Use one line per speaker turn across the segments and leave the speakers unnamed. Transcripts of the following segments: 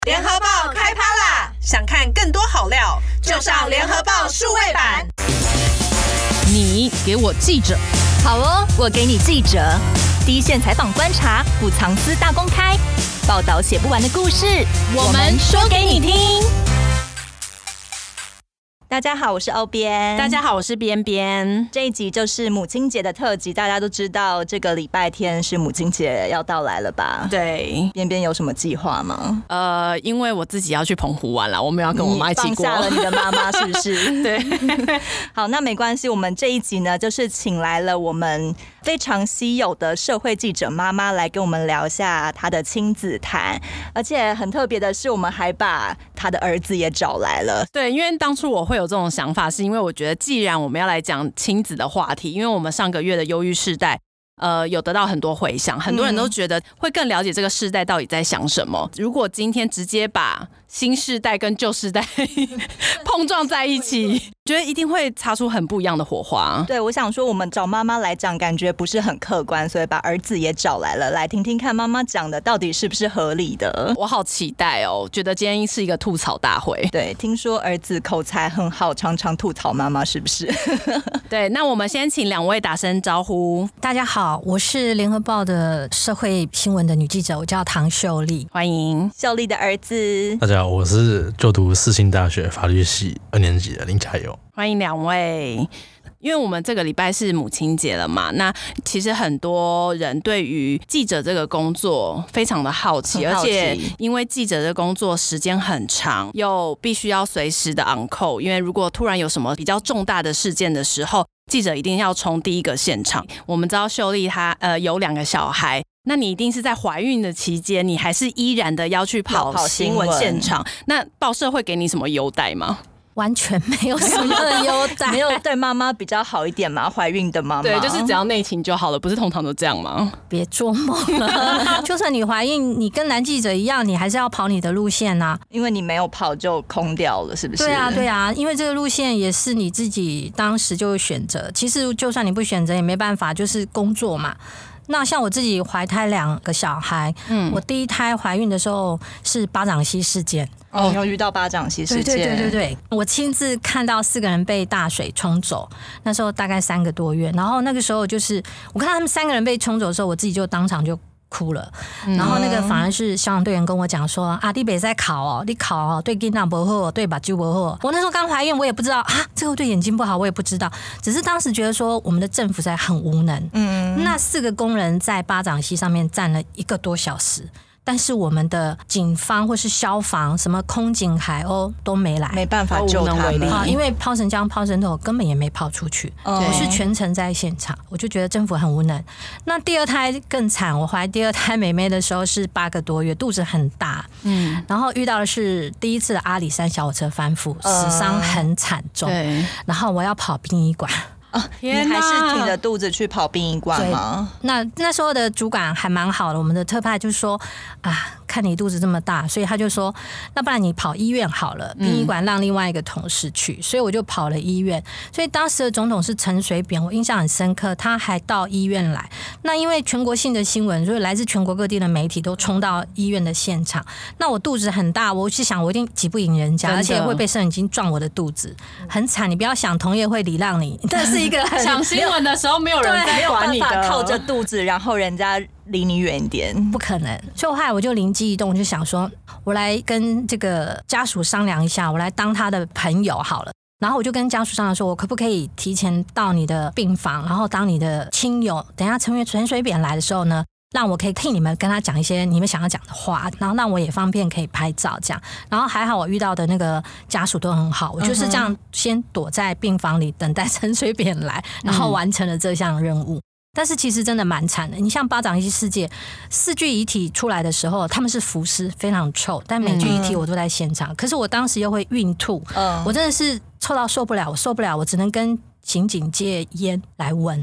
联合报开趴啦！想看更多好料，就上联合报数位版。
你给我记者，
好哦，我给你记者，第一线采访观察，不藏私大公开，报道写不完的故事，我们说给你听。大家好，我是欧边。
大家好，我是边边。
这一集就是母亲节的特辑，大家都知道这个礼拜天是母亲节要到来了吧？
对，
边边有什么计划吗？
因为我自己要去澎湖玩了，我们要跟我妈一起过。
放下了你的妈妈是不是？
对。
好，那没关系，我们这一集呢，就是请来了我们非常稀有的社会记者妈妈来跟我们聊一下她的亲子谈，而且很特别的是，我们还把她的儿子也找来了。
对，因为当初我会有这种想法，是因为我觉得既然我们要来讲亲子的话题，因为我们上个月的忧郁世代有得到很多回响，很多人都觉得会更了解这个世代到底在想什么。如果今天直接把新世代跟旧世代碰撞在一起，觉得一定会擦出很不一样的火花。
对，我想说我们找妈妈来讲感觉不是很客观，所以把儿子也找来了，来听听看妈妈讲的到底是不是合理的。
我好期待哦，觉得今天是一个吐槽大会。
对，听说儿子口才很好，常常吐槽妈妈，是不是？
对，那我们先请两位打声招呼。
大家好，我是联合报的社会新闻的女记者，我叫唐秀丽，
欢迎
秀丽的儿子。
大家好，我是就读世新大学法律系2年级的林嘉佑，
欢迎两位。因为我们这个礼拜是母亲节了嘛，那其实很多人对于记者这个工作非常的好奇，而且因为记者这个工作时间很长，又必须要随时的 on call， 因为如果突然有什么比较重大的事件的时候，记者一定要冲第一个现场。我们知道秀丽她有2个小孩，那你一定是在怀孕的期间，你还是依然的要去跑新闻现场。那报社会给你什么优待吗？
完全没有什么优待。
没有对妈妈比较好一点吗？怀孕的妈妈，
对，就是只要内勤就好了，不是通常都这样吗？
别做梦了，就算你怀孕，你跟男记者一样，你还是要跑你的路线啊，
因为你没有跑就空掉了，是不是？
对啊，对啊，因为这个路线也是你自己当时就选择。其实就算你不选择也没办法，就是工作嘛。那像我自己怀胎2个小孩，我第一胎怀孕的时候是巴掌溪事件。
你有遇到巴掌溪事件？
对，我亲自看到4个人被大水冲走，那时候大概3个多月。然后那个时候就是我看到他们3个人被冲走的时候，我自己就当场就哭了。然后那个反而是消防队员跟我讲说啊，你别再考哦，你考哦对眼睛不好，对目睭不好。我那时候刚怀孕，我也不知道啊，这个对眼睛不好，我也不知道，只是当时觉得说我们的政府在很无能。那4个工人在巴掌溪上面站了1个多小时。但是我们的警方或是消防、什么空警、海鸥都没来，
没办法救他们，
因为抛绳浆、抛绳头根本也没抛出去。我是全程在现场，我就觉得政府很无能。那第2胎更惨，我怀第2胎妹妹的时候是8个多月，肚子很大，然后遇到的是第一次的阿里山小火车翻覆，死伤很惨重，然后我要跑殡仪馆。
你还是挺着肚子去跑殡仪馆吗？
那时候的主管还蛮好的，我们的特派就说啊，看你肚子这么大，所以他就说，那不然你跑医院好了，殡仪馆让另外一个同事去，所以我就跑了医院。所以当时的总统是陈水扁，我印象很深刻，他还到医院来。那因为全国性的新闻，所以来自全国各地的媒体都冲到医院的现场。那我肚子很大，我是想我一定挤不赢人家，而且会被摄影机撞我的肚子，很惨。你不要想同业会礼让你，但是一个
讲新闻的时候没有人在管你的，
没有办法靠着肚子，然后人家离你远一点，
不可能。所以后来我就灵机一动，就想说，我来跟这个家属商量一下，我来当他的朋友好了。然后我就跟家属商量说，我可不可以提前到你的病房，然后当你的亲友，等一下陈水扁来的时候呢，让我可以替你们跟他讲一些你们想要讲的话，然后让我也方便可以拍照这样。然后还好我遇到的那个家属都很好，我就是这样先躲在病房里等待陈水扁来，然后完成了这项任务。但是其实真的蛮惨的，你像巴掌溪事件，4具遗体出来的时候，他们是浮尸，非常臭，但每具遗体我都在现场。可是我当时又会孕吐，我真的是臭到受不了，我只能跟刑警借烟来闻。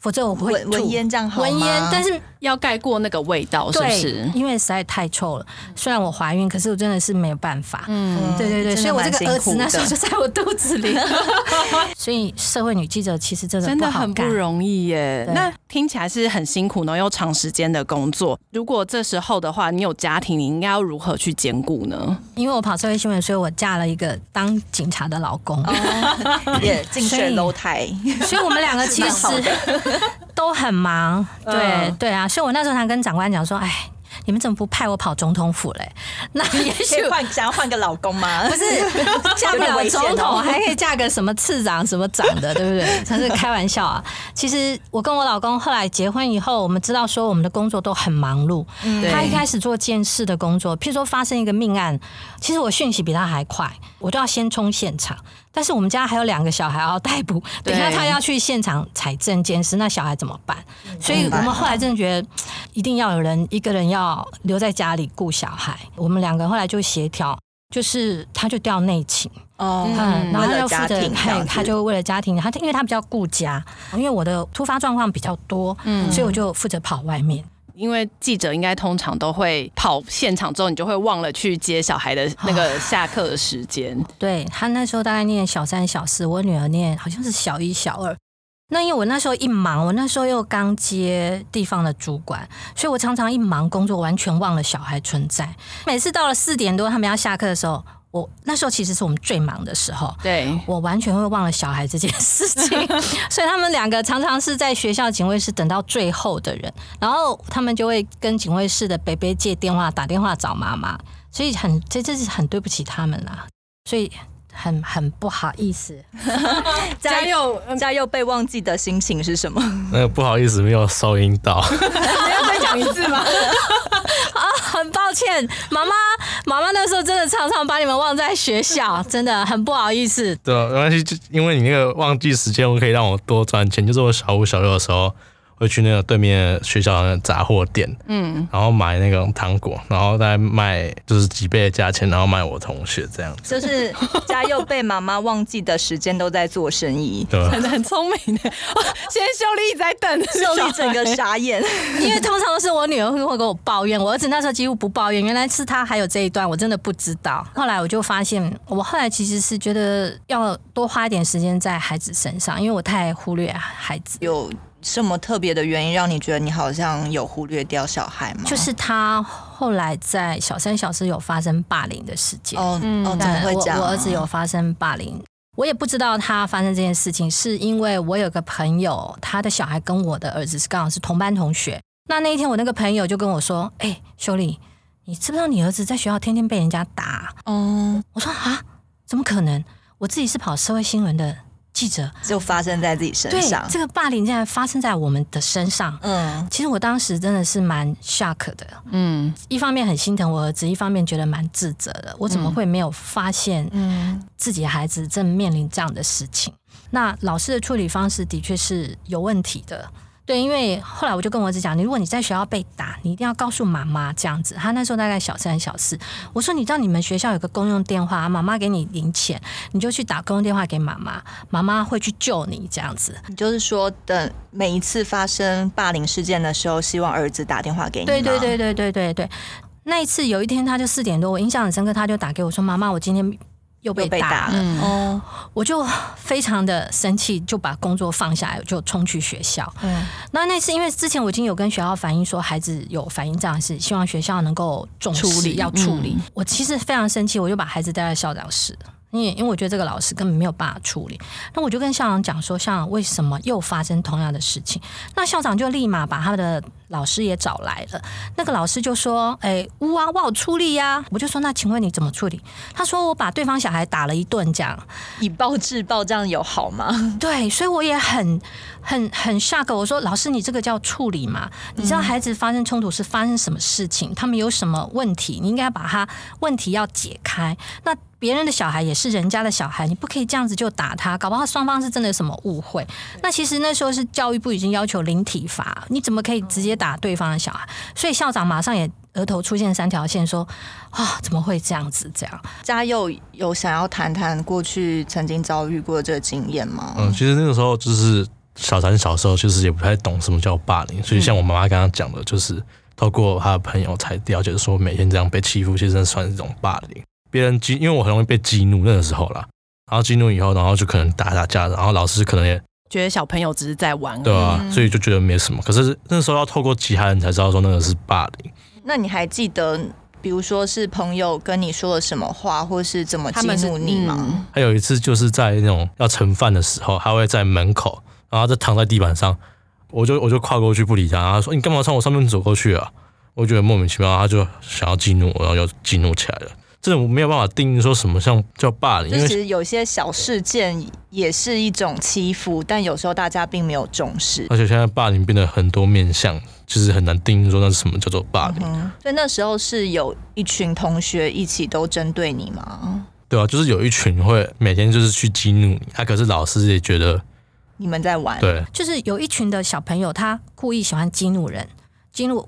否则我会
闻烟这样好吗？
闻烟，但是
要盖过那个味道，是不是？
因为实在太臭了。虽然我怀孕，可是我真的是没有办法。对，所以我这个儿子那时候就在我肚子里。所以社会女记者其实真的
很不容易耶。那听起来是很辛苦呢，又长时间的工作。如果这时候的话，你有家庭，你应该要如何去兼顾呢？
因为我跑社会新闻，所以我嫁了一个当警察的老公，
也近水楼台，
所以我们两个其实都很忙。对啊，所以我那时候常跟长官讲说，哎。你们怎么不派我跑总统府嘞？那也许
想要换个老公吗？
不是，嫁不了总统，还可以嫁个什么次长、什么长的，对不对？他是开玩笑啊。其实我跟我老公后来结婚以后，我们知道说我们的工作都很忙碌。他一开始做监视的工作，譬如说发生一个命案，其实我讯息比他还快，我都要先冲现场。但是我们家还有2个小孩要逮捕，等一下他要去现场采证监视，那小孩怎么办？所以我们后来真的觉得一定要有人，一个人要留在家里顾小孩。我们2个后来就协调，就是他就调内勤。然后他就负责，他就为了家庭，因为他比较顾家，因为我的突发状况比较多，所以我就负责跑外面。
因为记者应该通常都会跑现场之后，你就会忘了去接小孩的那个下课的时间。
对，他那时候大概念小3、小4，我女儿念好像是小1、小2。那因为我那时候一忙，我那时候又刚接地方的主管，所以我常常一忙工作，完全忘了小孩存在。每次到了4点多，他们要下课的时候，我那时候其实是我们最忙的时候，
对，
我完全会忘了小孩这件事情，所以他们2个常常是在学校警卫室等到最后的人，然后他们就会跟警卫室的北北借电话，打电话找妈妈，所以这是很对不起他们啦，所以很不好意思。
嘉佑被忘记的心情是什么？
那个不好意思没有收音到。
还要再讲一次吗？
很抱歉，妈妈那时候真的常常把你们忘在学校，真的很不好意思。
对，没关系，就因为你那个忘记时间，可以让我多赚钱。就是我小5、小6的时候，会去那个对面学校的杂货店，然后买那种糖果，然后再卖就是几倍的价钱，然后卖我同学这样子。
就是嘉佑被妈妈忘记的时间都在做生意，
对，
很聪明的。现在秀丽一直在等，
秀丽整个傻眼，
因为通常都是我女儿会跟我抱怨，我儿子那时候几乎不抱怨，原来是他还有这一段，我真的不知道。后来我就发现，我后来其实是觉得要多花一点时间在孩子身上，因为我太忽略孩子。
有什么特别的原因让你觉得你好像有忽略掉小孩吗？
就是他后来在小3、小4有发生霸凌的事件。
怎么会这样？
我儿子有发生霸凌，我也不知道他发生这件事情，是因为我有个朋友，他的小孩跟我的儿子是刚好是同班同学。那一天我那个朋友就跟我说：“秀丽，你知不知道你儿子在学校天天被人家打？”我说：“啊，怎么可能？我自己是跑社会新闻的记者，
就发生在自己身上。
对，这个霸凌竟然发生在我们的身上。其实我当时真的是蛮 shock 的。一方面很心疼我儿子，一方面觉得蛮自责的。我怎么会没有发现自己的孩子正面临这样的事情？那老师的处理方式的确是有问题的。对，因为后来我就跟我儿子讲，如果你在学校被打，你一定要告诉妈妈这样子。他那时候大概小3、小4，我说你知道你们学校有个公用电话，妈妈给你零钱，你就去打公用电话给妈妈，妈妈会去救你这样子。
你就是说，等每一次发生霸凌事件的时候，希望儿子打电话给你吗？
对。那一次有一天他就4点多，我印象很深刻，他就打给我说：“妈妈，我今天又被打了。”我就非常的生气，就把工作放下来，就冲去学校。那次因为之前我已经有跟学校反映说孩子有反应这样的事，希望学校能够重视要处理。我其实非常生气，我就把孩子带到校长室。因为我觉得这个老师根本没有办法处理，那我就跟校长讲说，校长为什么又发生同样的事情？那校长就立马把他的老师也找来了。那个老师就说：“我有处理呀。”我就说：“那请问你怎么处理？”他说：“我把对方小孩打了一顿，这样
以暴制暴，这样有好吗？”
对，所以我也很 shock。我说：“老师，你这个叫处理吗？你知道孩子发生冲突是发生什么事情？他们有什么问题？你应该把他问题要解开。那别人的小孩也是人家的小孩，你不可以这样子就打他，搞不好双方是真的有什么误会。那其实那时候是教育部已经要求零体罚，你怎么可以直接打对方的小孩？所以校长马上也额头出现3条线，说怎么会这样子？这样。
嘉佑有想要谈谈过去曾经遭遇过这个经验吗？
其实那个时候就是小三小时候就是也不太懂什么叫霸凌，所以像我妈妈刚刚讲的，就是透过她的朋友才了解说，每天这样被欺负，其实算是一种霸凌。别人因为我很容易被激怒那个时候啦，然后激怒以后，然后就可能打架，然后老师可能也
觉得小朋友只是在玩，
对啊，所以就觉得没什么。可是那时候要透过其他人才知道说那个是霸凌。
那你还记得，比如说是朋友跟你说了什么话，或是怎么激怒你吗？
还有一次就是在那种要盛饭的时候，他会在门口，然后就躺在地板上，我就跨过去不理他，然后他说你干嘛从我上面走过去啊？我觉得莫名其妙，他就想要激怒我，然后就激怒起来了。这种没有办法定义说什么像叫霸凌，
就其实有些小事件也是一种欺负，但有时候大家并没有重视。
而且现在霸凌变得很多面向，就是很难定义说那是什么叫做霸凌。
所以那时候是有一群同学一起都针对你吗？
对啊，就是有一群会每天就是去激怒你，可是老师也觉得
你们在玩。
对，
就是有一群的小朋友，他故意喜欢激怒人。激怒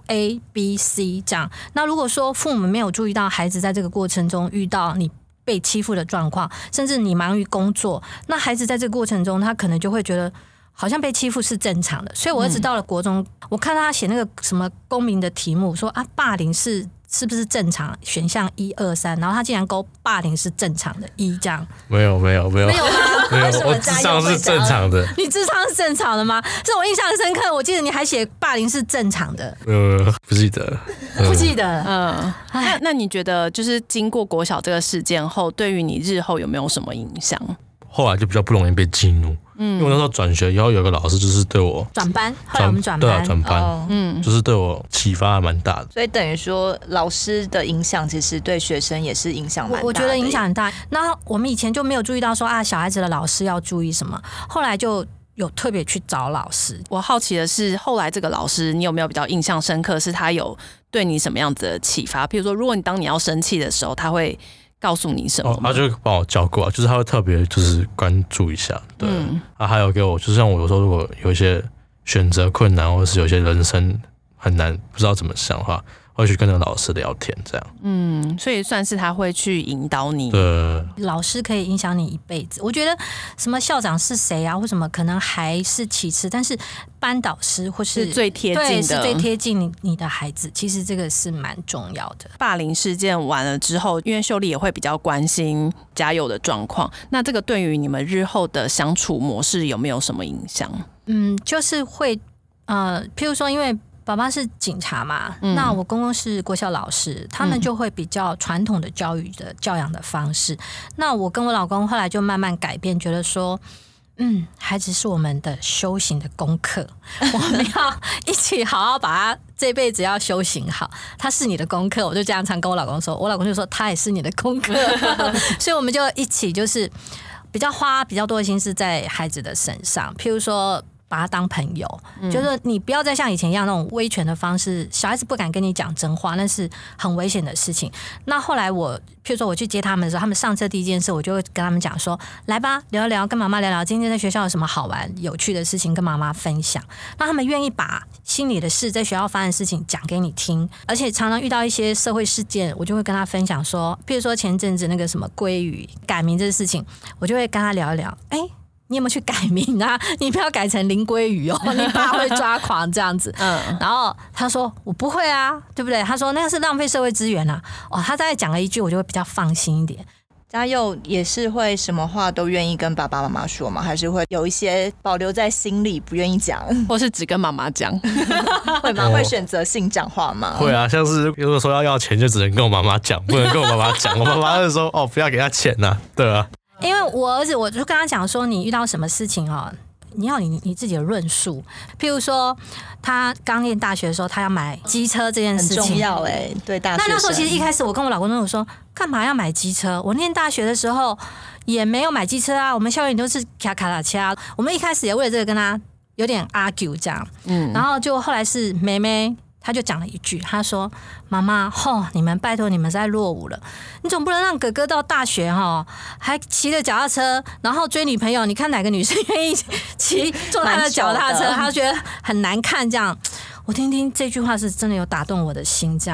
A、B、C 这样，那如果说父母没有注意到孩子在这个过程中遇到你被欺负的状况，甚至你忙于工作，那孩子在这个过程中，他可能就会觉得好像被欺负是正常的。所以我儿子到了国中，我看他写那个什么公民的题目，说霸凌是不是正常？选项1、2、3，然后他竟然勾霸凌是正常的1这样。
没有吗？
没有，
我智商是正常的。
你智商是正常的吗？这我印象深刻。我记得你还写霸凌是正常的。
不记得，
不记得。
那你觉得就是经过国小这个事件后，对于你日后有没有什么影响？
后来就比较不容易被激怒。因为我那时候转学以后，有个老师就是对我
转班，后来我们转班，
对啊，转班，就是对我启发还蛮大的。
所以等于说，老师的影响其实对学生也是影响蛮大的。
我觉得影响很大。那我们以前就没有注意到说小孩子的老师要注意什么，后来就有特别去找老师。
我好奇的是，后来这个老师，你有没有比较印象深刻？是他有对你什么样子的启发？譬如说，如果你当你要生气的时候，他会告诉你什么？
他就帮我教过，就是他会特别就是关注一下，对。还有给我，就是像我有时候如果有一些选择困难，或者是有些人生很难不知道怎么想的话，会去跟那个老师聊天，这样。
所以算是他会去引导你。
对，
老师可以影响你一辈子。我觉得什么校长是谁啊，或什么可能还是其次，但是班导师或是
最贴近的，
对，是最贴近你的孩子。其实这个是蛮重要的。
霸凌事件完了之后，因为秀丽也会比较关心家友的状况，那这个对于你们日后的相处模式有没有什么影响？
就是会譬如说因为爸爸是警察嘛，那我公公是国小老师，他们就会比较传统的教育的教养的方式。那我跟我老公后来就慢慢改变，觉得说孩子是我们的修行的功课，我们要一起好好把他这辈子要修行好。他是你的功课，我就这样常跟我老公说，我老公就说他也是你的功课，所以我们就一起就是花比较多的心思在孩子的身上，譬如说把他当朋友，就是说你不要再像以前一样那种威权的方式，小孩子不敢跟你讲真话，那是很危险的事情。那后来譬如说我去接他们的时候，他们上车第一件事，我就会跟他们讲说，来吧，聊一聊，跟妈妈聊聊今天在学校有什么好玩有趣的事情，跟妈妈分享，让他们愿意把心里的事，在学校发生的事情讲给你听。而且常常遇到一些社会事件，我就会跟他分享说，譬如说前阵子那个什么鲑鱼改名这个事情，我就会跟他聊一聊，你有没有去改名啊？你不要改成林鲑鱼哦，你爸会抓狂这样子。然后他说我不会啊，对不对？他说那个是浪费社会资源啊。他大概讲了一句，我就会比较放心一点。
嘉佑也是会什么话都愿意跟爸爸妈妈说吗？还是会有一些保留在心里不愿意讲，
或是只跟妈妈讲？
会吗？会选择性讲话吗？
会啊，像是如果说要钱，就只能跟我妈妈讲，不能跟我妈妈讲。我妈妈就说不要给他钱啊，对啊。
因为我儿子，我就跟他讲说，你遇到什么事情你要你自己的论述。譬如说，他刚念大学的时候，他要买机车这件事情，
很重要对大学生。
那时候其实一开始我跟我老公说，干嘛要买机车？我念大学的时候也没有买机车啊，我们校园都是卡卡车。我们一开始也为了这个跟他有点 argue 这样，然后就后来是妹妹。他就讲了一句，他说：“妈妈，你们拜托你们在落伍了，你总不能让哥哥到大学还骑着脚踏车，然后追女朋友。你看哪个女生愿意坐他的脚踏车？他觉得很难看。这样，我听这句话是真的有打动我的心。这样，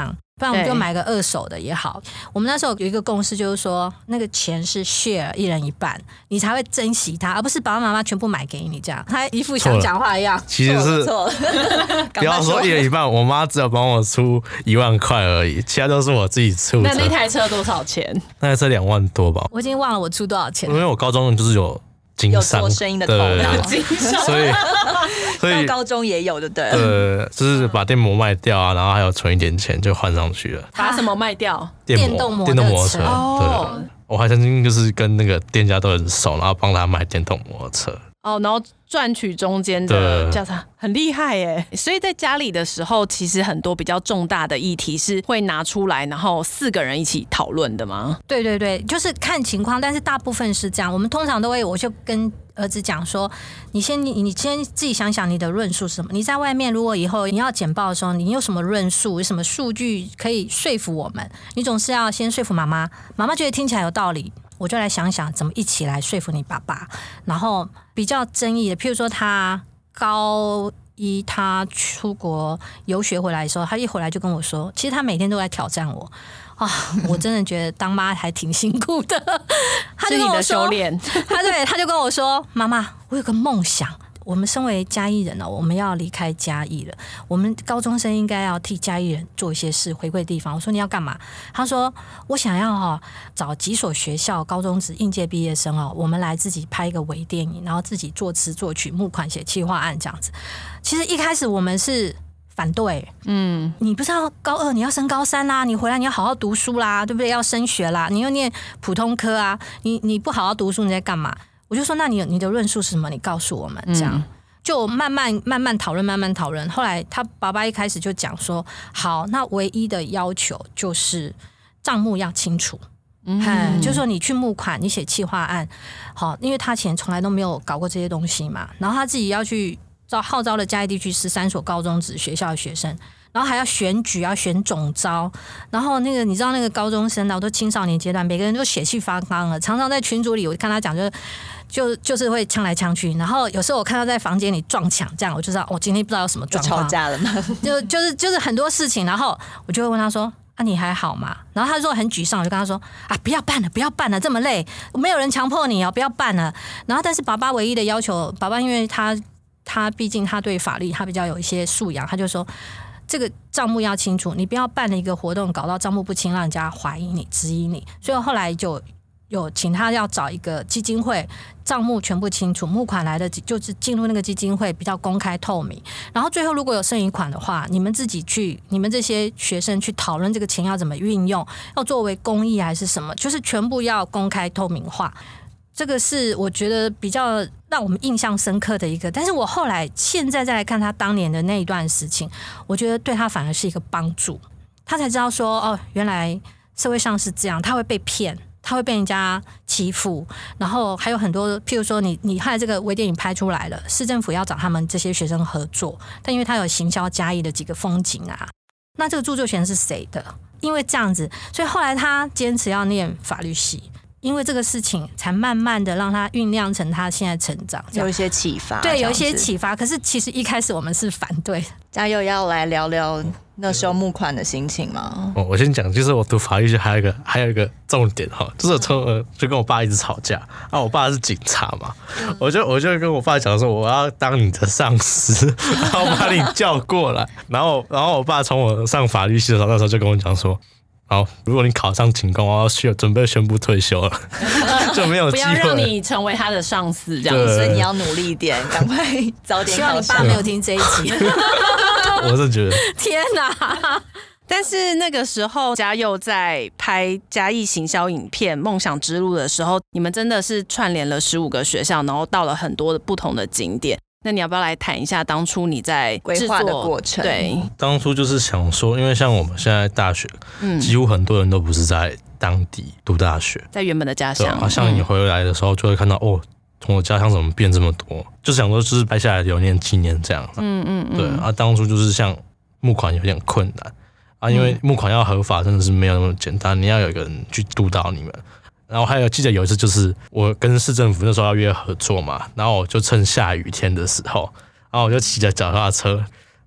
不然我们就买个2手的也好。我们那时候有一个共识，就是说那个钱是 share 一人一半，你才会珍惜它，而不是爸爸妈妈全部买给你这样。他一副想讲话一样，
其实是
错了，
不要说一人一半，我妈只有帮我出1万块而已，其他都是我自己出的。
那台车多少钱？
那台车2万多吧。
我已经忘了我出多少钱了，
因为我高中就是有经商，
有做生意的头脑，
所以
高中也有，对不对？
就是把电摩卖掉啊，然后还有存一点钱就换上去了。
把什么卖掉？
电动摩
托车。
哦，
对，我还曾经就是跟那个店家都很熟，然后帮他买电动摩托车。
哦，然后赚取中间的价差，很厉害耶！所以在家里的时候，其实很多比较重大的议题是会拿出来，然后4个人一起讨论的吗？
对对对，就是看情况，但是大部分是这样。我们通常都会，我就跟儿子讲说，你先自己想想你的论述是什么。你在外面如果以后你要简报的时候，你有什么论述，有什么数据可以说服我们？你总是要先说服妈妈，妈妈觉得听起来有道理。我就来想想怎么一起来说服你爸爸。然后比较争议的，譬如说他高一他出国游学回来的时候，他一回来就跟我说，其实他每天都在挑战我啊，我真的觉得当妈还挺辛苦的。他就跟我说，
是你的修炼。
他就跟我说，妈妈，我有个梦想。我们身为嘉义人我们要离开嘉义了。我们高中生应该要替嘉义人做一些事，回馈地方。我说你要干嘛？他说我想要找几所学校高中职应届毕业生我们来自己拍一个微电影，然后自己作词作曲、募款、写企划案这样子。其实一开始我们是反对，你不是要高2，你要升高3啦，你回来你要好好读书啦，对不对？要升学啦，你又念普通科啊，你不好好读书，你在干嘛？我就说，那你的论述是什么？你告诉我们，这样就慢慢讨论。后来他爸爸一开始就讲说，好，那唯一的要求就是账目要清楚。就是说你去募款，你写企划案，好，因为他以前从来都没有搞过这些东西嘛，然后他自己要去号召了嘉义地区13所高中职学校的学生。然后还要选举，要选总召，然后那个你知道那个高中生都青少年阶段，每个人都血气方刚了，常常在群组里我看他讲就是会呛来呛去，然后有时候我看他在房间里撞墙，这样我就知道今天不知道有什么状况，
吵架了吗？
就是很多事情，然后我就会问他说你还好吗？然后他说很沮丧，我就跟他说不要办了，这么累，没有人强迫你不要办了。然后但是爸爸唯一的要求，爸爸因为他毕竟他对法律他比较有一些素养，他就说，这个账目要清楚，你不要办了一个活动搞到账目不清，让人家怀疑你、质疑你。所以后来就有请他要找一个基金会，账目全部清楚，募款来的就是进入那个基金会比较公开透明。然后最后如果有剩余款的话，你们自己去，你们这些学生去讨论这个钱要怎么运用，要作为公益还是什么，就是全部要公开透明化。这个是我觉得比较让我们印象深刻的一个，但是我后来现在再来看他当年的那一段事情，我觉得对他反而是一个帮助，他才知道说原来社会上是这样，他会被骗，他会被人家欺负，然后还有很多，譬如说你后来这个微电影拍出来了，市政府要找他们这些学生合作，但因为他有行销嘉义的几个风景那这个著作权是谁的？因为这样子，所以后来他坚持要念法律系。因为这个事情才慢慢的让他酝酿成他现在成长，
有一些启发。
对，有一些启发。可是其实一开始我们是反对的。
嘉佑要来聊聊那时候募款的心情吗？
我先讲，就是我读法律系还有一个重点就是就跟我爸一直吵架我爸是警察嘛，我就跟我爸讲说，我要当你的上司，然后把你叫过来，然后我爸从我上法律系的时候，那时候就跟我讲说，好，如果你考上警官，我要准备宣布退休了，就没有机会。
不要让你成为他的上司，这样子。
所以你要努力一点，赶快早点考上。
希望你爸没有听这一集。
我是觉得，
天哪！
但是那个时候，嘉佑在拍嘉义行销影片《梦想之路》的时候，你们真的是串联了15个学校，然后到了很多的不同的景点。那你要不要来谈一下当初你在
规划的过程？
对，
当初就是想说，因为像我们现在大学，几乎很多人都不是在当地读大学，
在原本的家乡。
像你回来的时候，就会看到从我家乡怎么变这么多，就想说就是拍下来留念纪念这样。对当初就是像募款有点困难因为募款要合法真的是没有那么简单，你要有一个人去督导你们。然后还有记得有一次，就是我跟市政府那时候要约合作嘛，然后我就趁下雨天的时候，然后我就骑着脚踏车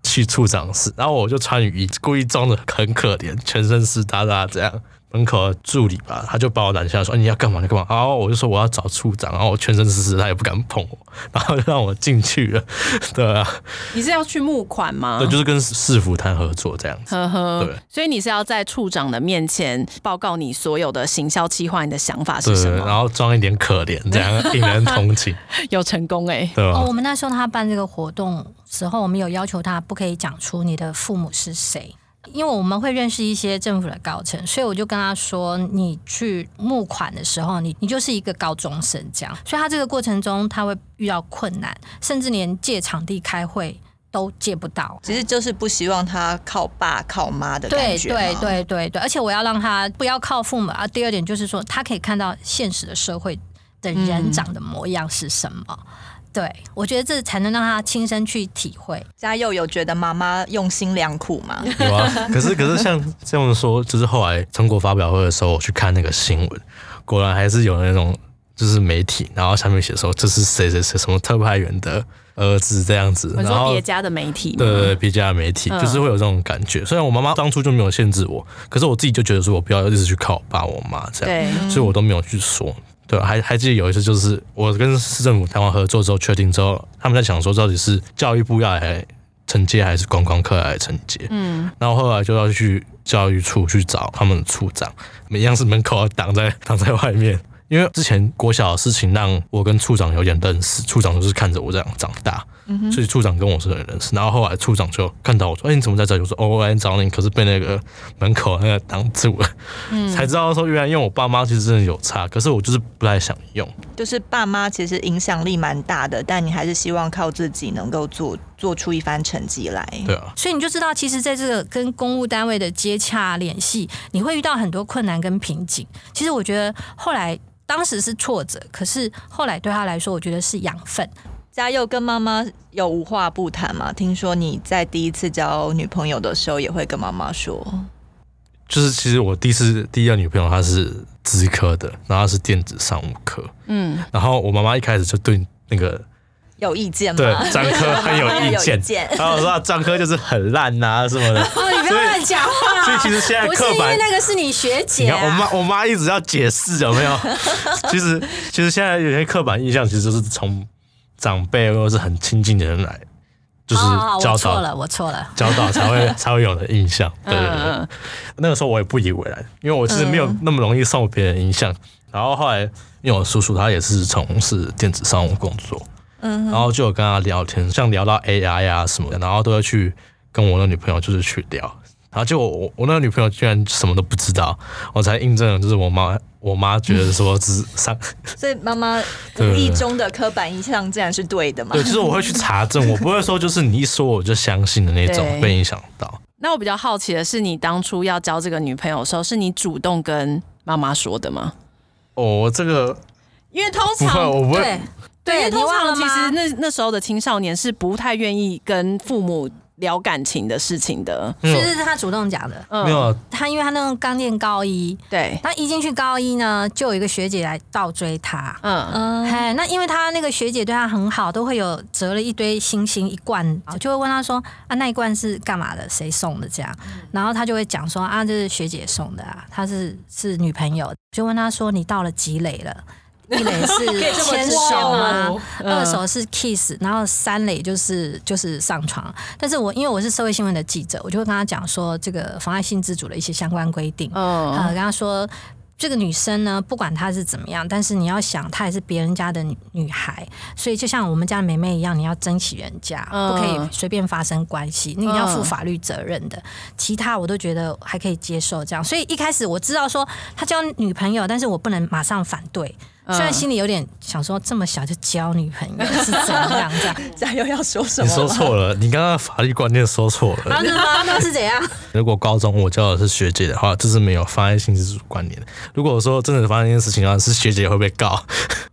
去处长室，然后我就穿雨衣，故意装的很可怜，全身湿哒哒这样。门口的助理吧，他就把我拦下来说：“你要干嘛？你干嘛？”然后我就说我要找处长，然后我全身湿湿，他也不敢碰我，然后就让我进去了。对啊，
你是要去募款吗？
对，就是跟市府谈合作这样子。对，
所以你是要在处长的面前报告你所有的行销企划，你的想法是什么？
对，然后装一点可怜，这样引人同情。
有成功
对吧？
我们那时候他办这个活动时候，我们有要求他不可以讲出你的父母是谁。因为我们会认识一些政府的高层，所以我就跟他说，你去募款的时候，你就是一个高中生这样，所以他这个过程中他会遇到困难，甚至连借场地开会都借不到。
其实就是不希望他靠爸靠妈的感觉。
对，而且我要让他不要靠父母啊。第二点就是说，他可以看到现实的社会的人长的模样是什么。对，我觉得这才能让他亲身去体会。
嘉佑有觉得妈妈用心良苦吗？
有啊，可是像这样说，就是后来成果发表会的时候，我去看那个新闻，果然还是有那种就是媒体，然后下面写说这是谁谁谁什么特派员的儿子这样子，
然后别家的媒体，
对，别家的媒体就是会有这种感觉。虽然我妈妈当初就没有限制我，可是我自己就觉得说我不要一直去靠我爸我妈这样，所以我都没有去说。对，还记得有一次，就是我跟市政府谈完合作之后，确定之后，他们在想说到底是教育部要来承接还是观光科来承接。然后后来就要去教育处去找他们的处长，一样是门口挡在外面。因为之前国小的事情让我跟处长有点认识，处长就是看着我这样长大，所以处长跟我是很认识。然后后来处长就看到我说：“你怎么在这里？”我说：“我来找你，可是被那个门口那个挡住了。”才知道说原来因为我爸妈其实真的有差，可是我就是不太想用。
就是爸妈其实影响力蛮大的，但你还是希望靠自己能够做出一番成绩来。
对啊，
所以你就知道，其实在这个跟公务单位的接洽联系，你会遇到很多困难跟瓶颈。其实我觉得后来当时是挫折，可是后来对他来说，我觉得是养分。
嘉佑跟妈妈有无话不谈吗？听说你在第一次交女朋友的时候，也会跟妈妈说。
就是其实我第一个女朋友她是资科的，然后她是电子商务科，然后我妈妈一开始就对那个
有意见吗？
对，专科很有意见，然后我说专科就是很烂啊什么的。
哦，你不要乱讲话。
所以其实现在刻板，
不是因为那个是你学姐啊。
你看我妈一直要解释有没有？其实现在有些刻板印象，其实就是从长辈或者是很亲近的人来。就是教导，
我错了，
教导才会有的印象。对，那个时候我也不以为然，因为我其实没有那么容易受别人影响。然后后来，因为我叔叔他也是从事电子商务工作，然后就有跟他聊天，像聊到 AI 啊什么的，然后都会去跟我的女朋友就是去聊。然后就我那个女朋友居然什么都不知道，我才印证了，就是我妈觉得说
所以妈妈无意中的刻板印象竟然是对的嘛？
对，就是我会去查证，我不会说就是你一说我就相信的那种被影响到。
那我比较好奇的是，你当初要交这个女朋友的时候，是你主动跟妈妈说的吗？
哦，这个
因为通常
我不会，
对，因为通常其实那时候的青少年是不太愿意跟父母聊感情的事情的，
是他主动讲的。
没有，
他因为他那种刚念高一，
对，
他一进去高一呢，就有一个学姐来倒追他。那因为他那个学姐对他很好，都会有折了一堆星星一罐，就会问他说啊，那一罐是干嘛的？谁送的？这样，然后他就会讲说啊，这是学姐送的啊，他是女朋友，就问他说你到了几垒了？一垒是牵手啊，二手是 kiss， 然后三垒就是上床。但是因为我是社会新闻的记者，我就会跟他讲说这个妨碍性自主的一些相关规定。跟他说这个女生呢，不管她是怎么样，但是你要想她也是别人家的女孩，所以就像我们家的妹妹一样，你要珍惜人家，不可以随便发生关系，你要负法律责任的。其他我都觉得还可以接受这样。所以一开始我知道说他交女朋友，但是我不能马上反对。虽然心里有点想说，这么小就交女朋友是怎样？这样，
嘉佑要说什么？
你说错了，你刚刚法律观念说错了。
那是怎样？
如果高中我教的是学姐的话，这是没有妨碍性自主观念的。如果说真的发生一件事情啊，是学姐会被告。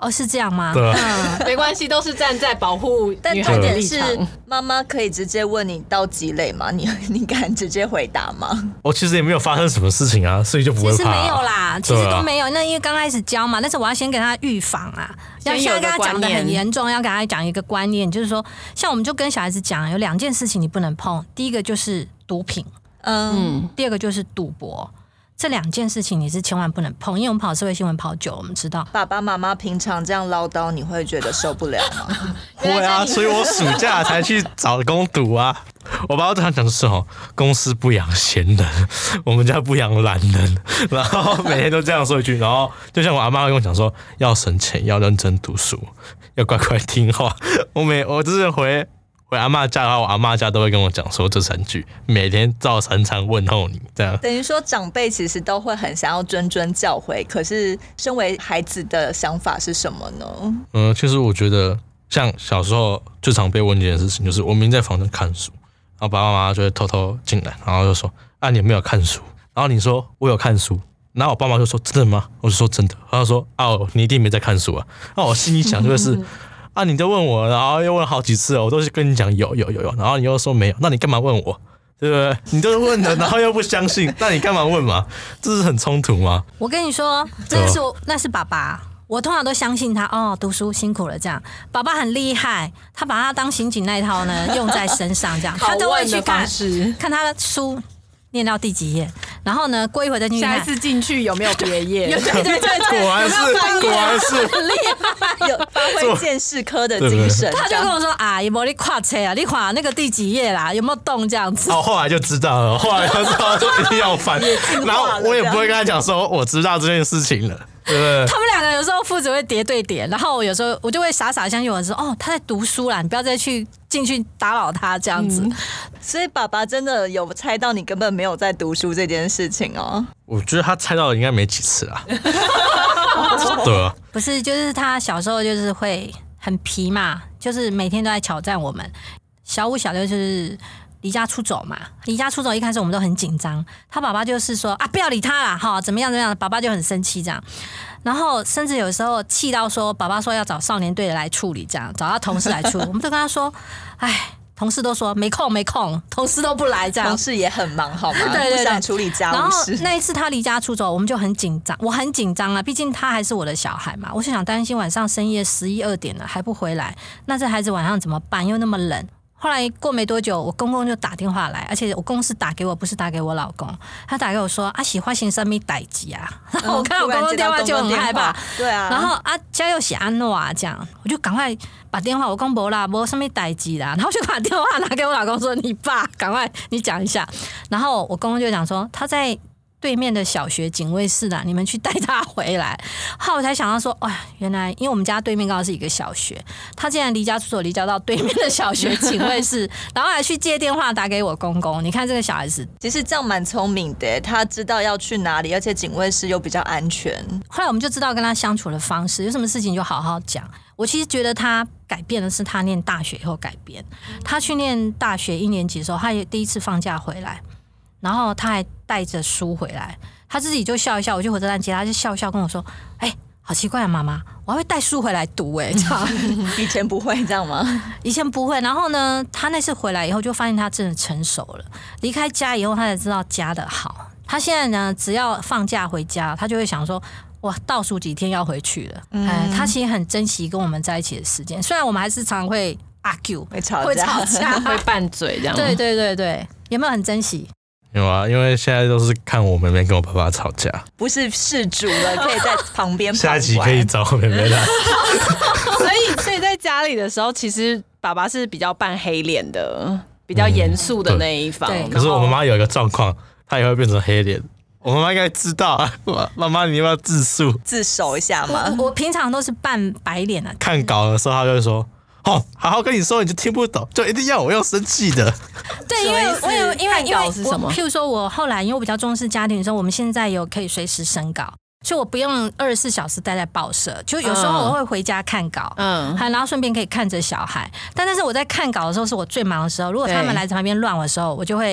哦，是这样吗？
对
没关系，都是站在保护
但
女孩
重点是
的立场。
妈妈可以直接问你到几类吗？你敢直接回答吗？
我其实也没有发生什么事情啊，所以就不会怕。
其实没有啦，其实都没有。那因为刚开始教嘛，但是我要先给他预防啊，要现在跟他讲的很严重，要给他讲一个观念，就是说，像我们就跟小孩子讲，有2件事情你不能碰，第一个就是毒品，第二个就是赌博。这2件事情你是千万不能碰，因为我们跑社会新闻跑久，我们知道。
爸爸妈妈平常这样唠叨，你会觉得受不了吗？
会啊，所以我暑假才去找工读啊。我爸常讲的是公司不养闲人，我们家不养懒人，然后每天都这样说一句，然后就像我阿妈会跟我讲说，要省钱，要认真读书，要乖乖听话。我之前回阿嬷家的话，我阿嬷家都会跟我讲说这3句，每天照3餐问候你，这样。
等于说长辈其实都会很想要谆谆教诲，可是身为孩子的想法是什么呢？
其实我觉得像小时候最常被问一件事情，就是我明明在房间看书，然后爸爸妈妈就会偷偷进来，然后就说啊你有没有看书？然后你说我有看书，然后我爸妈就说真的吗？我就说真的，他就说你一定没在看书啊。那我心里想就是啊，你都问我，然后又问好几次了，我都是跟你讲有，然后你又说没有，那你干嘛问我？对不对？你都问了，然后又不相信，那你干嘛问嘛？这是很冲突吗？
我跟你说，那是爸爸。我通常都相信他读书辛苦了这样。爸爸很厉害，他把他当刑警那一套呢用在身上这样，他都会去看他的书。念到第几页，然后呢，过一会再进去看。
下一次进去有没有别页？
对，
果然是
很厉害，
有发挥见识科的精神。
他就跟我说啊，有没有你看册啊？你看那个第几页啦？有没有动这样子？
后来就知道了，后来就知道就一定要翻，然后我也不会跟他讲说我知道这件事情了。对，
他们2个有时候父子会叠对叠，然后有时候我就会傻傻相信我说他在读书啦，你不要再进去打扰他这样子。
所以爸爸真的有猜到你根本没有在读书这件事情哦。
我觉得他猜到的应该没几次啊。对啊，
不是，就是他小时候就是会很皮嘛，就是每天都在挑战我们。小5、小6就是离家出走嘛，离家出走一开始我们都很紧张，他爸爸就是说不要理他啦，怎么样，爸爸就很生气这样，然后甚至有时候气到说，爸爸说要找少年队来处理这样，找他同事来处理，我们都跟他说，同事都说没空，同事都不来这样，
同事也很忙好吗？
对，
不想处理家务事。
然后那一次他离家出走，我们就很紧张，我很紧张啊，毕竟他还是我的小孩嘛，我就想担心晚上深夜11、2点了还不回来，那这孩子晚上怎么办？又那么冷。后来过没多久，我公公就打电话来，而且我公是打给我，不是打给我老公。他打给我说喜欢行什么代志啊？然后我看到我公公电话就很害怕，
对啊。
然后家又写安诺啊这样，我就赶快把电话，我公没啦，没什么代志啦，然后就把电话拿给我老公说：“你爸，赶快你讲一下。”然后我公公就讲说他在对面的小学警卫室啦，你们去带他回来。后来我才想到说，原来因为我们家对面刚好是一个小学，他竟然离家出走，离家到对面的小学警卫室，然后还去接电话打给我公公。你看这个小孩子，
其实这样蛮聪明的，他知道要去哪里，而且警卫室又比较安全。
后来我们就知道跟他相处的方式，有什么事情就好好讲。我其实觉得他改变的是他念大学以后改变。他去念大学1年级的时候，他也第一次放假回来。然后他还带着书回来，他自己就笑一笑，我去火车站接他，就笑一笑跟我说：“好奇怪啊，妈妈，我还会带书回来读这样
以前不会这样吗？
以前不会。然后呢，他那次回来以后，就发现他真的成熟了。离开家以后，他才知道家的好。他现在呢，只要放假回家，他就会想说：哇，倒数几天要回去了。他其实很珍惜跟我们在一起的时间，虽然我们还是常会argue，
会吵架，
会拌嘴这样。
对，有没有很珍惜？
有啊，因为现在都是看我妹妹跟我爸爸吵架，
不是事主了，可以在旁边。
下一集可以找我妹妹来。
所以在家里的时候，其实爸爸是比较扮黑脸的，比较严肃的那一方。
可是我妈妈有一个状况，她也会变成黑脸。我妈妈应该知道，妈妈你要不要自述
自首一下吗？
我平常都是扮白脸的。
看稿的时候，她就会说。好好跟你说，你就听不懂，就一定要我用生气的。
对，因为
稿是什么？
譬如说，我后来因为我比较重视家庭的时候，我们现在有可以随时审稿，所以我不用24小时待在报社。就有时候我会回家看稿，然后顺便可以看着小孩。但是我在看稿的时候是我最忙的时候，如果他们来旁边乱我的时候，我就会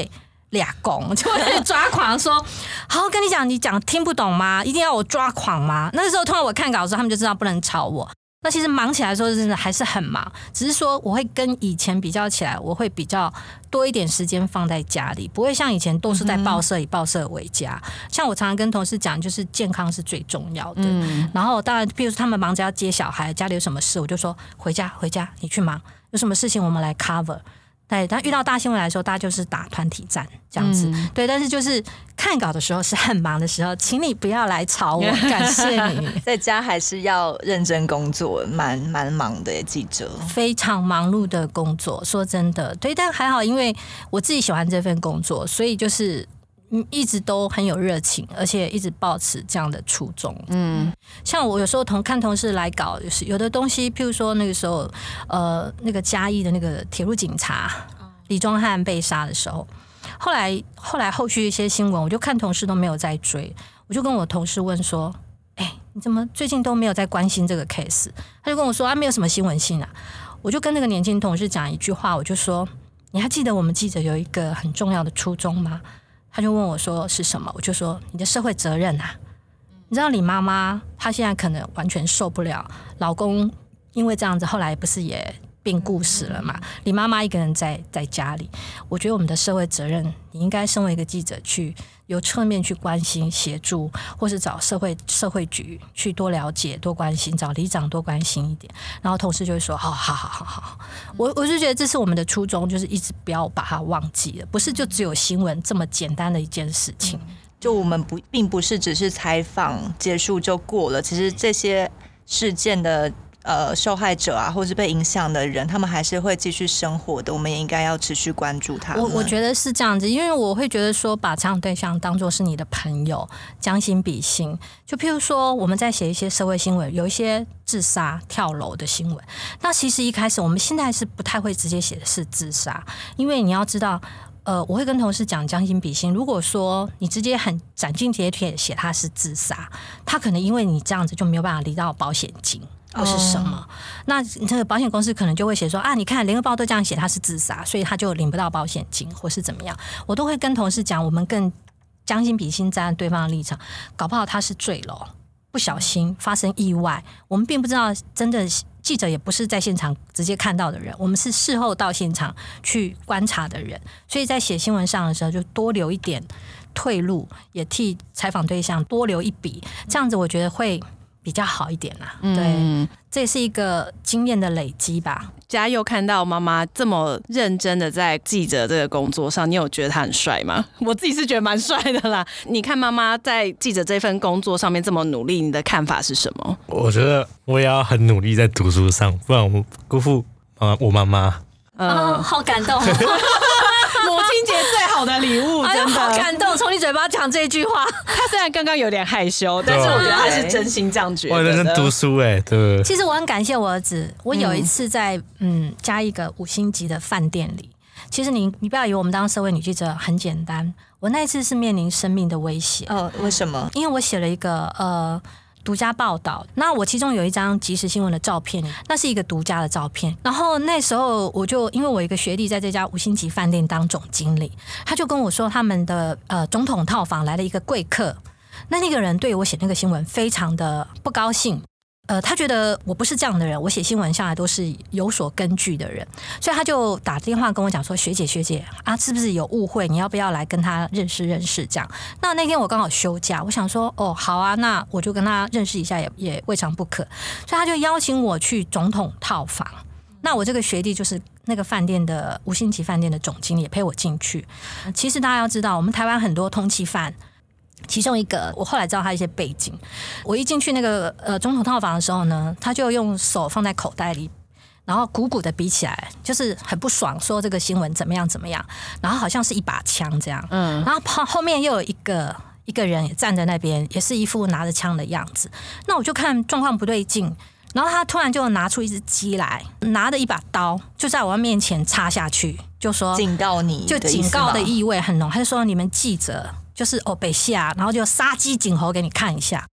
俩拱，就会抓狂说：“好，跟你讲，你讲听不懂吗？一定要我抓狂吗？”那个时候，通常我看稿的时候，他们就知道不能吵我。那其实忙起来的时候，真的还是很忙，只是说我会跟以前比较起来，我会比较多一点时间放在家里，不会像以前都是在报社以报社为家。像我常常跟同事讲，就是健康是最重要的。然后当然，比如说他们忙着要接小孩，家里有什么事，我就说回家，你去忙，有什么事情我们来 cover。对，但遇到大新闻来说，大家就是打团体战这样子。对，但是就是看稿的时候是很忙的时候，请你不要来吵我，感谢你。
在家还是要认真工作，蛮忙的耶，记者
非常忙碌的工作。说真的，对，但还好，因为我自己喜欢这份工作，所以就是一直都很有热情，而且一直抱持这样的初衷。像我有时候看同事来搞，有的东西，譬如说那个时候，那个嘉义的那个铁路警察李宗翰被杀的时候，后来后续一些新闻，我就看同事都没有在追，我就跟我同事问说：“你怎么最近都没有在关心这个 case？” 他就跟我说：“没有什么新闻性啊。”我就跟那个年轻同事讲一句话，我就说：“你还记得我们记者有一个很重要的初衷吗？”他就问我说是什么，我就说你的社会责任啊。你知道李妈妈她现在可能完全受不了，老公因为这样子后来不是也病故死了嘛？李妈妈一个人在家里，我觉得我们的社会责任，你应该身为一个记者去由侧面去关心协助，或是找社会局去多了解多关心，找里长多关心一点。然后同事就会说好，我就觉得这是我们的初衷，就是一直不要把它忘记了，不是就只有新闻这么简单的一件事情。
就我们并不是只是采访结束就过了，其实这些事件的受害者啊，或是被影响的人，他们还是会继续生活的，我们也应该要持续关注他们。
我觉得是这样子，因为我会觉得说，把采访对象当作是你的朋友，将心比心。就譬如说，我们在写一些社会新闻，有一些自杀、跳楼的新闻，那其实一开始我们现在是不太会直接写的是自杀，因为你要知道。我会跟同事讲将心比心。如果说你直接很斩钉截铁写他是自杀，他可能因为你这样子就没有办法领到保险金或是什么，那这个保险公司可能就会写说你看联合报都这样写他是自杀，所以他就领不到保险金或是怎么样。我都会跟同事讲，我们更将心比心，站在对方的立场，搞不好他是坠楼，不小心发生意外，我们并不知道真的。记者也不是在现场直接看到的人，我们是事后到现场去观察的人，所以在写新闻上的时候就多留一点退路，也替采访对象多留一笔，这样子我觉得会比较好一点啦。对，这也是一个经验的累积吧。
嘉佑看到妈妈这么认真的在记者这个工作上，你有觉得他很帅吗？我自己是觉得蛮帅的啦。你看妈妈在记者这份工作上面这么努力，你的看法是什么？
我觉得我也要很努力在读书上，不然我辜负我妈妈。
好感动。
母亲节最好的礼物，真的
好感动！从你嘴巴讲这句话，
他虽然刚刚有点害羞，但是我觉得他是真心这样觉得。
我认真读书对。
其实我很感谢我儿子。我有一次在加一个5星级的饭店里，其实你不要以为我们当社会女记者很简单，我那一次是面临生命的威胁。
为什么？
因为我写了一个独家报道，那我其中有一张即时新闻的照片，那是一个独家的照片。然后那时候我就因为我一个学弟在这家5星级饭店当总经理，他就跟我说他们的总统套房来了一个贵客，那个人对我写那个新闻非常的不高兴。他觉得我不是这样的人，我写新闻向来都是有所根据的人，所以他就打电话跟我讲说：“学姐是不是有误会？你要不要来跟他认识认识？”这样。那天我刚好休假，我想说好啊，那我就跟他认识一下也未尝不可。所以他就邀请我去总统套房。那我这个学弟就是那个饭店的5星级饭店的总经理，也陪我进去。其实大家要知道，我们台湾很多通缉犯。其中一个，我后来知道他一些背景。我一进去那个总统套房的时候呢，他就用手放在口袋里，然后鼓鼓的比起来，就是很不爽，说这个新闻怎么样，然后好像是一把枪这样。然后后面又有一个人也站在那边，也是一副拿着枪的样子。那我就看状况不对劲，然后他突然就拿出一只鸡来，拿着一把刀就在我面前插下去，就说
警告你，
就警告的意味很浓。他就说你们记者就是北下，然后就杀鸡儆猴给你看一下。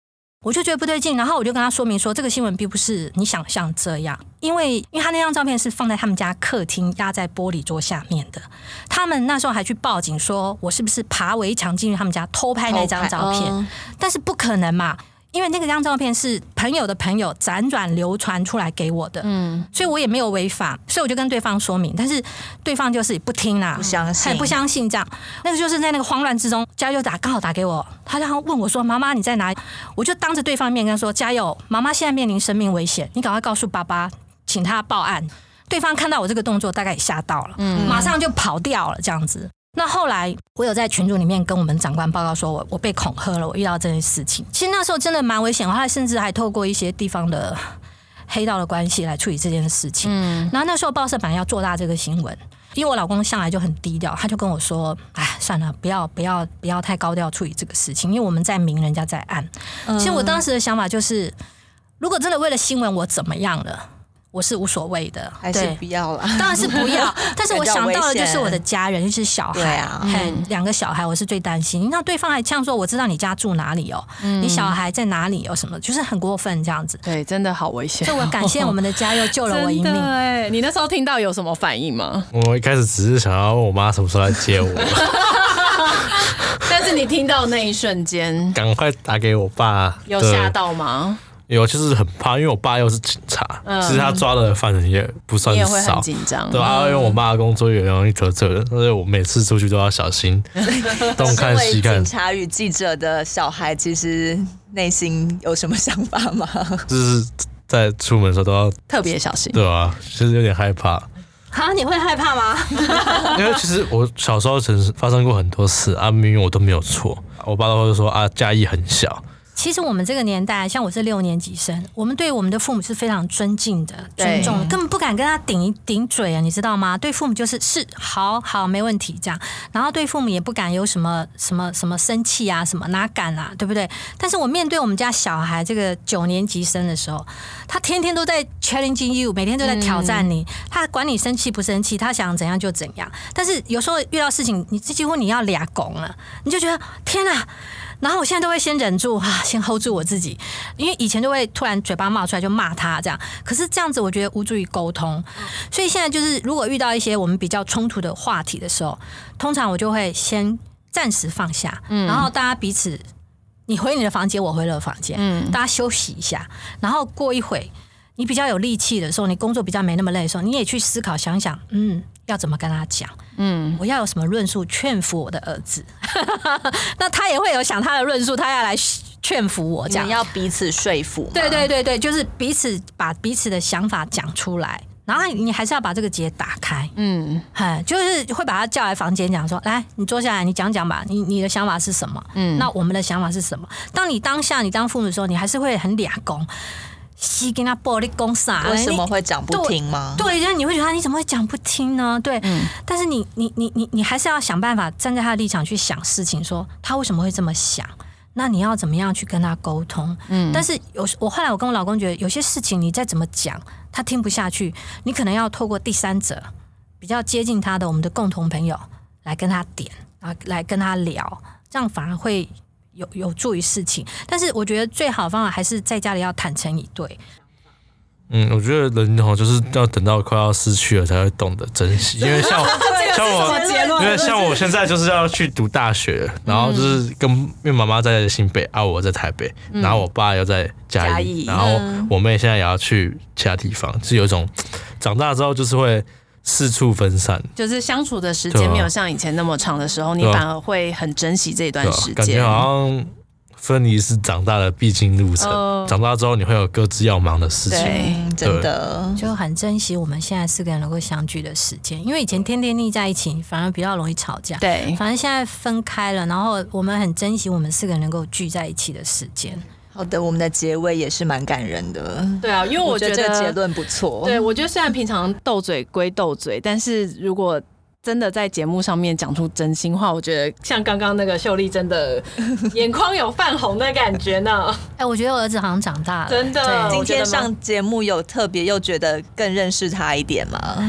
我就觉得不对劲，然后我就跟他说明说，这个新闻并不是你想象这样，因为他那张照片是放在他们家客厅压在玻璃桌下面的，他们那时候还去报警说我是不是爬围墙进去他们家偷拍那张照片，但是不可能嘛。因为那个张照片是朋友的朋友辗转流传出来给我的，所以我也没有违法，所以我就跟对方说明，但是对方就是不听啦，不相信这样。那个就是在那个慌乱之中，嘉佑刚好打给我，他就问我说：“妈妈你在哪里？”我就当着对方面跟他说：“嘉佑，妈妈现在面临生命危险，你赶快告诉爸爸，请他报案。”对方看到我这个动作，大概也吓到了，马上就跑掉了这样子。那后来我有在群组里面跟我们长官报告说我被恐吓了，我遇到这件事情。其实那时候真的蛮危险，他甚至还透过一些地方的黑道的关系来处理这件事情。然后那时候报社本来要做大这个新闻，因为我老公向来就很低调，他就跟我说：“哎，算了，不要太高调处理这个事情，因为我们在明，人家在暗。”其实我当时的想法就是，如果真的为了新闻我怎么样了，我是无所谓的，
还是不要了？
当然是不要。但是我想到的就是我的家人，就是小孩，两个小孩，我是最担心。那对方还呛说：“我知道你家住哪里哦，你小孩在哪里哦，什么，就是很过分这样子。”
对，真的好危险。
所以我感谢我们的家佑救了我一命。
对，你那时候听到有什么反应吗？
我一开始只是想要问我妈什么时候来接我，
但是你听到那一瞬间，
赶快打给我爸。
有吓到吗？
有，就是很怕，因为我爸又是警察，其实他抓的犯人也不算少，
你也会很紧张，
对啊，因为我妈的工作也容易得罪人，所以我每次出去都要小心，东看西看。
警察与记者的小孩，其实内心有什么想法吗？
就是在出门的时候都要
特别小心，
对啊，其实有点害怕。
啊，你会害怕吗？
因为其实我小时候曾发生过很多事啊，明明我都没有错，我爸都会说啊，家义很小。
其实我们这个年代，像我是6年级生，我们对我们的父母是非常尊敬的、尊重的，根本不敢跟他顶嘴啊，你知道吗？对父母就是好没问题这样，然后对父母也不敢有什么生气啊，什么哪敢啊，对不对？但是我面对我们家小孩这个9年级生的时候，他天天都在 challenging you， 每天都在挑战你，他管你生气不生气，他想怎样就怎样。但是有时候遇到事情，你几乎你要俩拱了，你就觉得天啊！然后我现在都会先忍住先 hold 住我自己，因为以前就会突然嘴巴冒出来就骂他这样，可是这样子我觉得无助于沟通，所以现在就是如果遇到一些我们比较冲突的话题的时候，通常我就会先暂时放下，然后大家彼此，你回你的房间，我回了房间，大家休息一下，然后过一会你比较有力气的时候，你工作比较没那么累的时候，你也去思考想想，要怎么跟他讲，我要有什么论述劝服我的儿子，那他也会有想他的论述，他要来劝服我，这样
要彼此说服。
对，就是彼此把彼此的想法讲出来，然后你还是要把这个结打开，就是会把他叫来房间讲说，来，你坐下来，你讲讲吧，你的想法是什么？那我们的想法是什么？当你当下你当父母的时候，你还是会很俩公。西跟他玻璃公啥？
为什么会讲不听吗？
对，就是你会觉得你怎么会讲不听呢？对，但是你还是要想办法站在他的立场去想事情，说他为什么会这么想？那你要怎么样去跟他沟通？但是我后来我跟我老公觉得，有些事情你再怎么讲，他听不下去，你可能要透过第三者，比较接近他的我们的共同朋友来跟他点，来跟他聊，这样反而会。有助于事情，但是我觉得最好的方法还是在家里要坦诚以对。
我觉得人就是要等到快要失去了才会懂得珍惜，因为像我现在就是要去读大学，然后就是因为妈妈在新北啊，我在台北，然后我爸又在嘉义，然后我妹现在也要去其他地方，就是有一种长大之后就是会。四处分散，
就是相处的时间没有像以前那么长的时候，你反而会很珍惜这段时间。
感觉好像分离是长大的必经路程，长大之后你会有各自要忙的事情，
真的
就很珍惜我们现在4个人能够相聚的时间，因为以前天天腻在一起，反而比较容易吵架。
对，
反正现在分开了，然后我们很珍惜我们4个人能够聚在一起的时间。
好的，我们的结尾也是蛮感人的。
对啊，因为我觉得
这个结论不错。
对，我觉得虽然平常斗嘴归斗嘴，但是如果真的在节目上面讲出真心话，我觉得像刚刚那个秀丽真的眼眶有泛红的感觉呢。
我觉得我儿子好像长大了，
真的。
今天上节目有特别又觉得更认识他一点吗？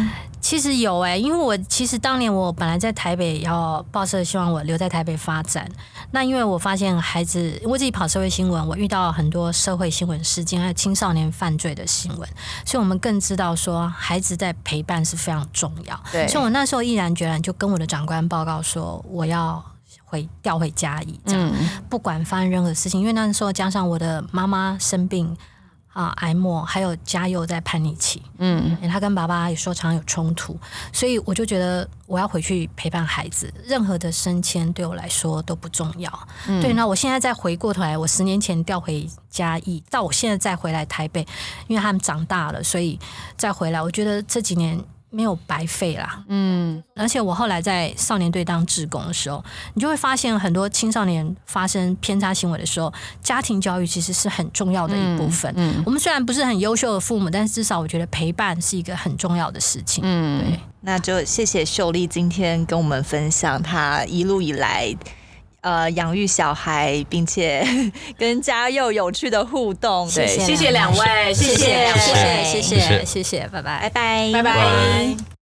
其实有因为我其实当年我本来在台北，要报社希望我留在台北发展。那因为我发现孩子，我自己跑社会新闻，我遇到很多社会新闻事件，还有青少年犯罪的新闻，所以我们更知道说孩子在陪伴是非常重要。
对，
所以我那时候毅然决然就跟我的长官报告说，我要调回嘉义，这样不管发生任何事情，因为那时候加上我的妈妈生病。癌末，还有嘉佑在叛逆期，他跟爸爸有时候常有冲突，所以我就觉得我要回去陪伴孩子，任何的升迁对我来说都不重要。对，那我现在再回过头来，我10年前调回嘉义，到我现在再回来台北，因为他们长大了，所以再回来，我觉得这几年没有白费啦。而且我后来在少年队当志工的时候，你就会发现很多青少年发生偏差行为的时候，家庭教育其实是很重要的一部分。我们虽然不是很优秀的父母，但是至少我觉得陪伴是一个很重要的事情。对，
那就谢谢秀丽今天跟我们分享她一路以来养育小孩，并且跟嘉佑有趣的互动。
对，谢谢两位，谢谢两位，
谢谢，拜拜，
拜拜，
拜拜。